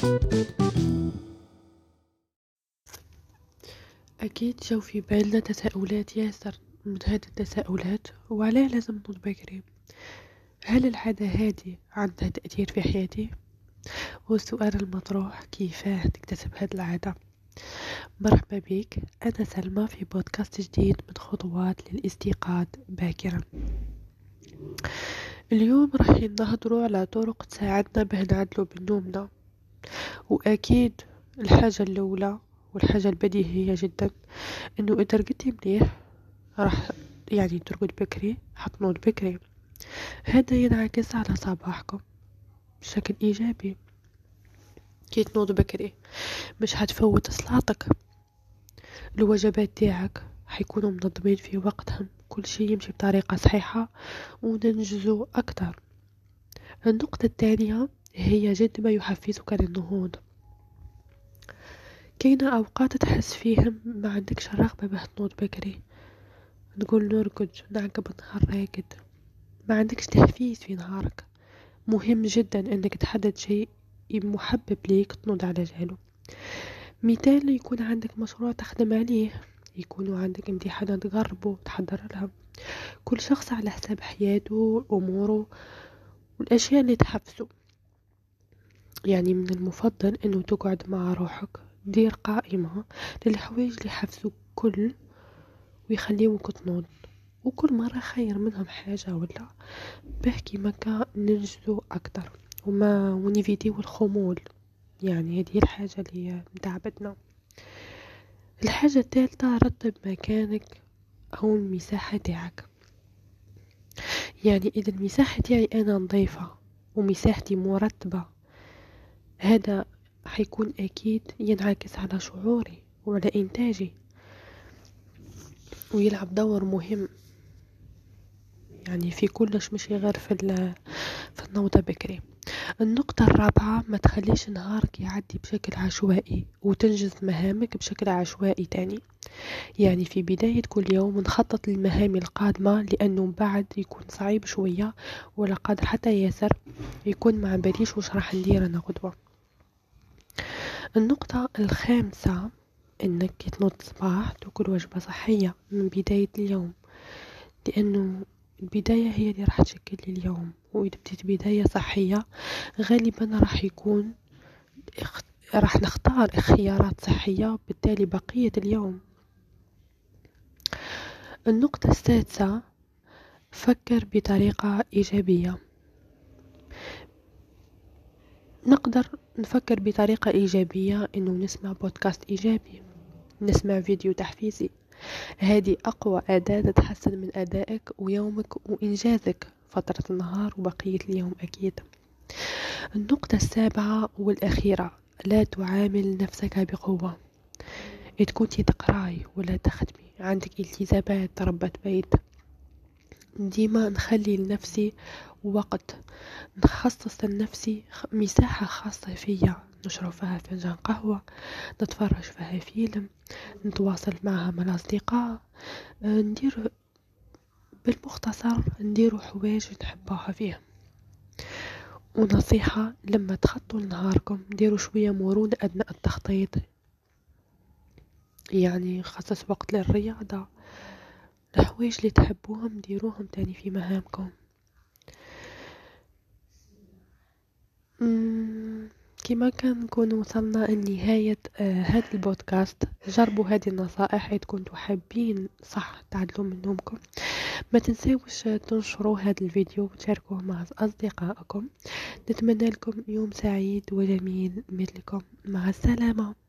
أكيد جو في بالنا تساؤلات ياسر من هذه التساؤلات، وعلاه لازم نوض بكري؟ هل العادة هذه عندها تأثير في حياتي؟ والسؤال المطروح كيفاه تكتسب هذه العادة؟ مرحبا بك، أنا سلمى في بودكاست جديد من خطوات للاستيقاظ باكرا. اليوم راح نهضروا على طرق تساعدنا به نعدلوا بنومنا. وأكيد الحاجة الأولى والحاجة البديهية جدا انه اذا رقدتي مليح راح ترقد بكري، حتنوض بكري. هذا ينعكس على صباحكم بشكل ايجابي. كي تنوض بكري مش هتفوت صلاتك، الوجبات تاعك حيكونوا منظمين في وقتهم، كل شيء يمشي بطريقة صحيحة وننجزوا اكتر. النقطة الثانية هي جد ما يحفزك للنهوض. كاينة اوقات تحس فيهم ما عندكش الرغبة باه تنوض بكري، نقول نرقد نعقب النهار راقد، ما عندكش تحفيز في نهارك. مهم جدا انك تحدد شيء محبب ليك تنوض على جاله. مثال يكون عندك مشروع تخدم عليه، يكونوا عندك امتحانات تقربوا تحضر لها. كل شخص على حساب حياته واموره والاشياء اللي تحفزه. من المفضل انه تقعد مع روحك، دير قائمة للحوايج اللي يحفزوك كل ويخليوك تنوض، وكل مرة خير منهم حاجة ولا بحكي مكا ننجزو أكتر وما ونفيديو الخمول. هذه الحاجة اللي متعبتنا. الحاجة الثالثة، رتب مكانك أو المساحة تاعك. إذا المساحة تاعي أنا نظيفة ومساحتي مرتبة، هذا حيكون أكيد ينعكس على شعوري وعلى إنتاجي ويلعب دور مهم في كلش، مش غير في النوضة بكري. النقطة الرابعة، ما تخليش نهارك يعدي بشكل عشوائي وتنجز مهامك بشكل عشوائي تاني. في بداية كل يوم نخطط للمهام القادمة، لأنه بعد يكون صعيب شوية ولا قادر حتى ياسر يكون مع باليش وش راح ندير أنا غدوة. النقطة الخامسة، انك تنوض صباح تاكل وجبة صحية من بداية اليوم، لأنه البداية هي اللي راح تشكل لي اليوم. وإذا بديت بداية صحية غالبا راح نختار خيارات صحية، بالتالي بقية اليوم. النقطة السادسة، فكر بطريقة إيجابية. نقدر نفكر بطريقة إيجابية إنه نسمع بودكاست إيجابي، نسمع فيديو تحفيزي. هذه أقوى أداة تحسن من أدائك ويومك وإنجازك فترة النهار وبقية اليوم أكيد. النقطة السابعة والأخيرة، لا تعامل نفسك بقوة. إذا كنتي تقراي ولا تخدمي عندك التزامات ربة بيت، ديما نخلي لنفسي وقت، نخصص لنفسي مساحة خاصة فيا، نشرب فيها فنجان قهوة، نتفرج فيها فيلم، نتواصل معها مع الأصدقاء، ندير بالمختصر نديروا حوايج نحبوها فيها. ونصيحة، لما تخطوا لنهاركم ديروا شوية مرونة أثناء التخطيط، خصص وقت للرياضة، الحوايج اللي تحبوهم ديروهم تاني في مهامكم. كما كان نكون وصلنا لنهاية هذا البودكاست. جربوا هذه النصائح إذا كنتوا حابين صح تعدلوا من نومكم. ما تنسوش تنشروا هذا الفيديو وتشاركوه مع أصدقائكم. نتمنى لكم يوم سعيد وجميل مثلكم. مع السلامة.